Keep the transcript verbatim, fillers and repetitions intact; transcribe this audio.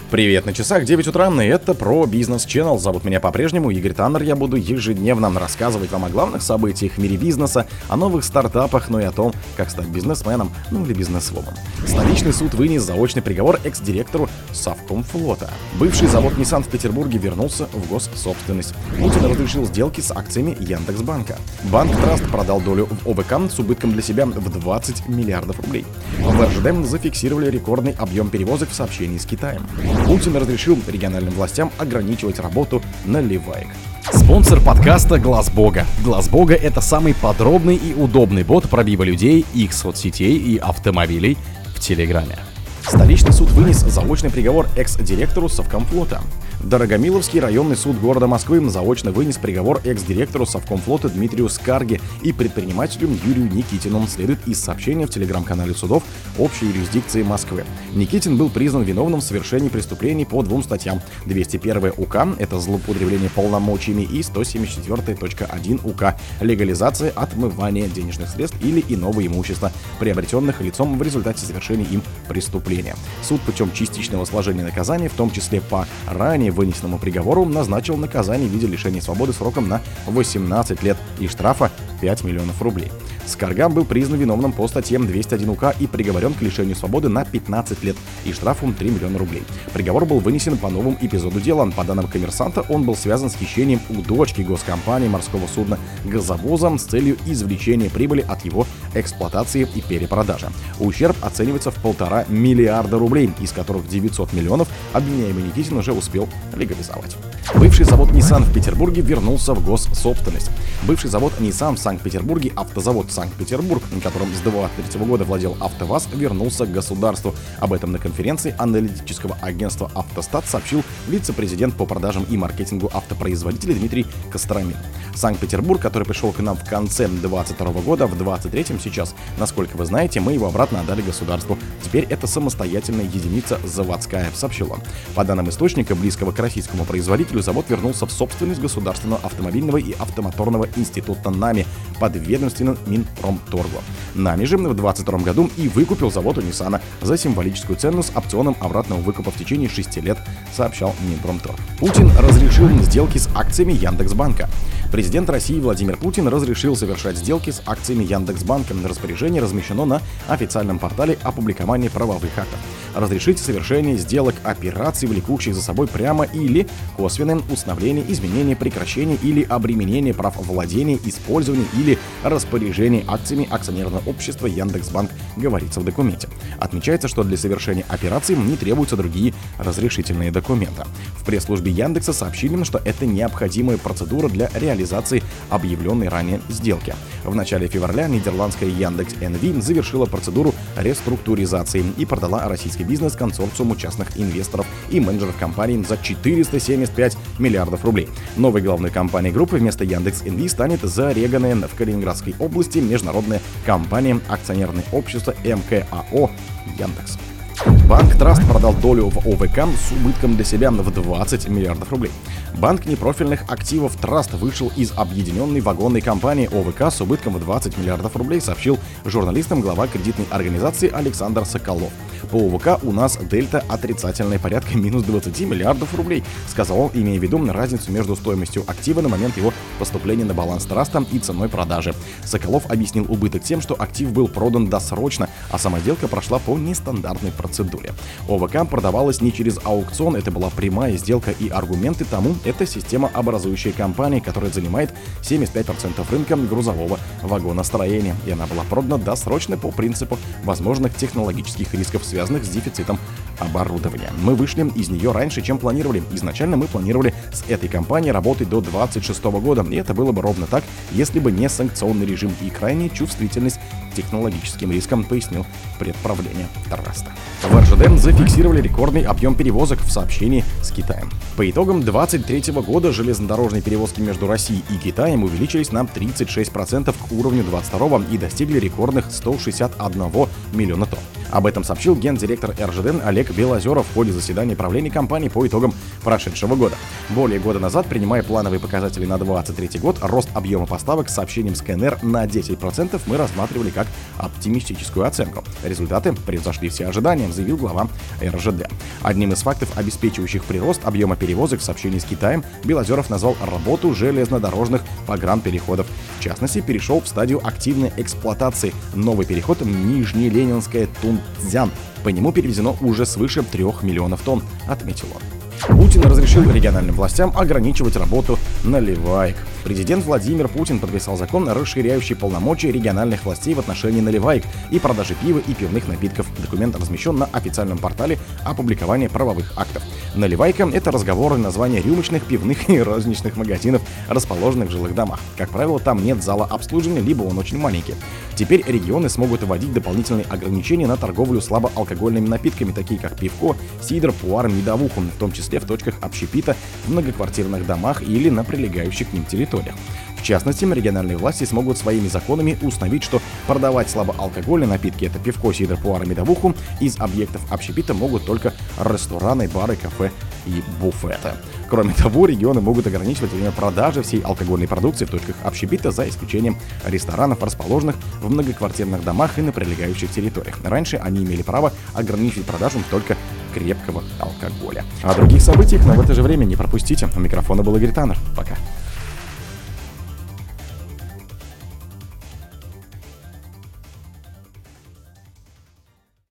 Привет, на часах девять утра, и это про Бизнес Channel. Зовут меня по-прежнему Игорь Таннер. Я буду ежедневно рассказывать вам о главных событиях в мире бизнеса, о новых стартапах, ну и о том, как стать бизнесменом, ну или бизнесвомом. Столичный суд вынес заочный приговор экс-директору Совкомфлота. Бывший завод Nissan в Петербурге вернулся в госсобственность. Путин разрешил сделки с акциями Яндекс.Банка. Банк Траст продал долю в ОВК с убытком для себя в двадцать миллиардов рублей. В РЖД зафиксировали рекордный объем перевозок в сообщении с Китаем. Путин разрешил региональным властям ограничивать работу наливаек. Спонсор подкаста Глаз Бога. Глаз Бога — это самый подробный и удобный бот пробива людей, их соцсетей и автомобилей в Телеграме. Столичный суд вынес заочный приговор экс-директору Совкомфлота. Дорогомиловский районный суд города Москвы заочно вынес приговор экс-директору Совкомфлота Дмитрию Скарге и предпринимателю Юрию Никитину, следует из сообщения в телеграм-канале судов общей юрисдикции Москвы. Никитин был признан виновным в совершении преступлений по двум статьям: двести первая УК — это злоупотребление полномочиями, и сто семьдесят четвёртая точка один УК — легализация отмывания денежных средств или иного имущества, приобретенных лицом в результате совершения им преступления. Суд путем частичного сложения наказания, в том числе по ранее вынесенному приговору, назначил наказание в виде лишения свободы сроком на восемнадцать лет и штрафа пять миллионов рублей. Скарга был признан виновным по статьям двести один УК и приговорен к лишению свободы на пятнадцать лет и штрафом три миллиона рублей. Приговор был вынесен по новому эпизоду дела. По данным «Коммерсанта», он был связан с хищением у дочки госкомпании морского судна «Газовоза» с целью извлечения прибыли от его эксплуатации и перепродажи. Ущерб оценивается в полтора миллиарда рублей, из которых девятьсот миллионов обвиняемый Никитин уже успел легализовать. Бывший завод Nissan в Петербурге вернулся в госсобственность. Бывший завод Nissan в Санкт-Петербурге, автозавод Санкт-Петербург, которым с две тысячи двадцать третьего года владел АвтоВАЗ, вернулся к государству. Об этом на конференции аналитического агентства «Автостат» сообщил вице-президент по продажам и маркетингу автопроизводителя Дмитрий Костромин. Санкт-Петербург, который пришел к нам в конце двадцать второго года, в двадцать третьем сейчас, насколько вы знаете, мы его обратно отдали государству. Теперь это самостоятельная единица заводская, сообщил он. По данным источника, близкого к российскому производителю, завод вернулся в собственность Государственного автомобильного и автомоторного института НАМИ, подведомственно Минпромторгу. НАМИ же в двадцать втором году и выкупил завод у Ниссана за символическую цену с опционом обратного выкупа в течение шести лет, сообщал Минпромторг. Путин разрешил сделки с акциями Яндекс.Банка. Президент России Владимир Путин разрешил совершать сделки с акциями Яндекс.Банка. Распоряжение размещено на официальном портале опубликования правовых актов. Разрешить совершение сделок, операций, влекущих за собой прямо или косвенное установление, изменение, прекращение или обременение прав владения, использования или распоряжения акциями акционерного общества Яндекс.Банк, говорится в документе. Отмечается, что для совершения операций не требуются другие разрешительные документы. В пресс-службе Яндекса сообщили, что это необходимая процедура для реализации объявленной ранее сделки. В начале февраля нидерландская Яндекс.Энви завершила процедуру реструктуризации и продала российский бизнес консорциуму частных инвесторов и менеджеров компании за четыреста семьдесят пять миллиардов рублей. Новой главной компанией группы вместо Яндекс.Энви станет зареганная в Калининградской области международная компания акционерное общество МКАО «Яндекс». Банк Траст продал долю в ОВК с убытком для себя в двадцать миллиардов рублей. Банк непрофильных активов Траст вышел из объединенной вагонной компании ОВК с убытком в двадцать миллиардов рублей, сообщил журналистам глава кредитной организации Александр Соколов. По ОВК у нас дельта отрицательная, порядка минус двадцать миллиардов рублей, сказал он, имея в виду разницу между стоимостью актива на момент его поступления на баланс Траста и ценой продажи. Соколов объяснил убыток тем, что актив был продан досрочно, а сама сделка прошла по нестандартной процедуре. ОВК продавалась не через аукцион, это была прямая сделка, и аргументы тому — это системообразующая компания, которая занимает семьдесят пять процентов рынка грузового вагоностроения, и она была продана досрочно по принципу возможных технологических рисков, связанных с дефицитом оборудования. Мы вышли из нее раньше, чем планировали. Изначально мы планировали с этой компанией работать до двадцать шестого года, и это было бы ровно так, если бы не санкционный режим и крайняя чувствительность к технологическим рискам, пояснил предправление Траста. В РЖД зафиксировали рекордный объем перевозок в сообщении с Китаем. По итогам две тысячи двадцать третьего года железнодорожные перевозки между Россией и Китаем увеличились на тридцать шесть процентов к уровню двадцать второго и достигли рекордных ста шестидесяти одного миллиона тонн. Об этом сообщил гендиректор эр жэ дэ Олег Белозеров в ходе заседания правления компании по итогам прошедшего года. Более года назад, принимая плановые показатели на двадцать третий год, рост объема поставок с сообщением с ка эн эр на десять процентов мы рассматривали как оптимистическую оценку. Результаты превзошли все ожидания, заявил глава эр жэ дэ. Одним из фактов, обеспечивающих прирост объема перевозок в сообщении с Китаем, Белозеров назвал работу железнодорожных погранпереходов. В частности, перешел в стадию активной эксплуатации новый переход Нижнеленинская-Тунцзян. По нему перевезено уже свыше трех миллионов тонн, отметил он. Путин разрешил региональным властям ограничивать работу наливаек. Президент Владимир Путин подписал закон, расширяющий полномочия региональных властей в отношении наливаек и продажи пива и пивных напитков. Документ размещен на официальном портале опубликования правовых актов. Наливайка — это разговорное название рюмочных, пивных и розничных магазинов, расположенных в жилых домах. Как правило, там нет зала обслуживания, либо он очень маленький. Теперь регионы смогут вводить дополнительные ограничения на торговлю слабоалкогольными напитками, такие как пивко, сидр, пуар, медовуху, в том числе в точках общепита, в многоквартирных домах или на прилегающих к ним территориях. В частности, региональные власти смогут своими законами установить, что продавать слабоалкогольные напитки — это пивко, сидр, пуар и медовуху — из объектов общепита могут только рестораны, бары, кафе и буфеты. Кроме того, регионы могут ограничивать время продажи всей алкогольной продукции в точках общепита, за исключением ресторанов, расположенных в многоквартирных домах и на прилегающих территориях. Раньше они имели право ограничивать продажу только крепкого алкоголя. О других событиях, но в это же время не пропустите. У микрофона был Игорь Таннер. Пока.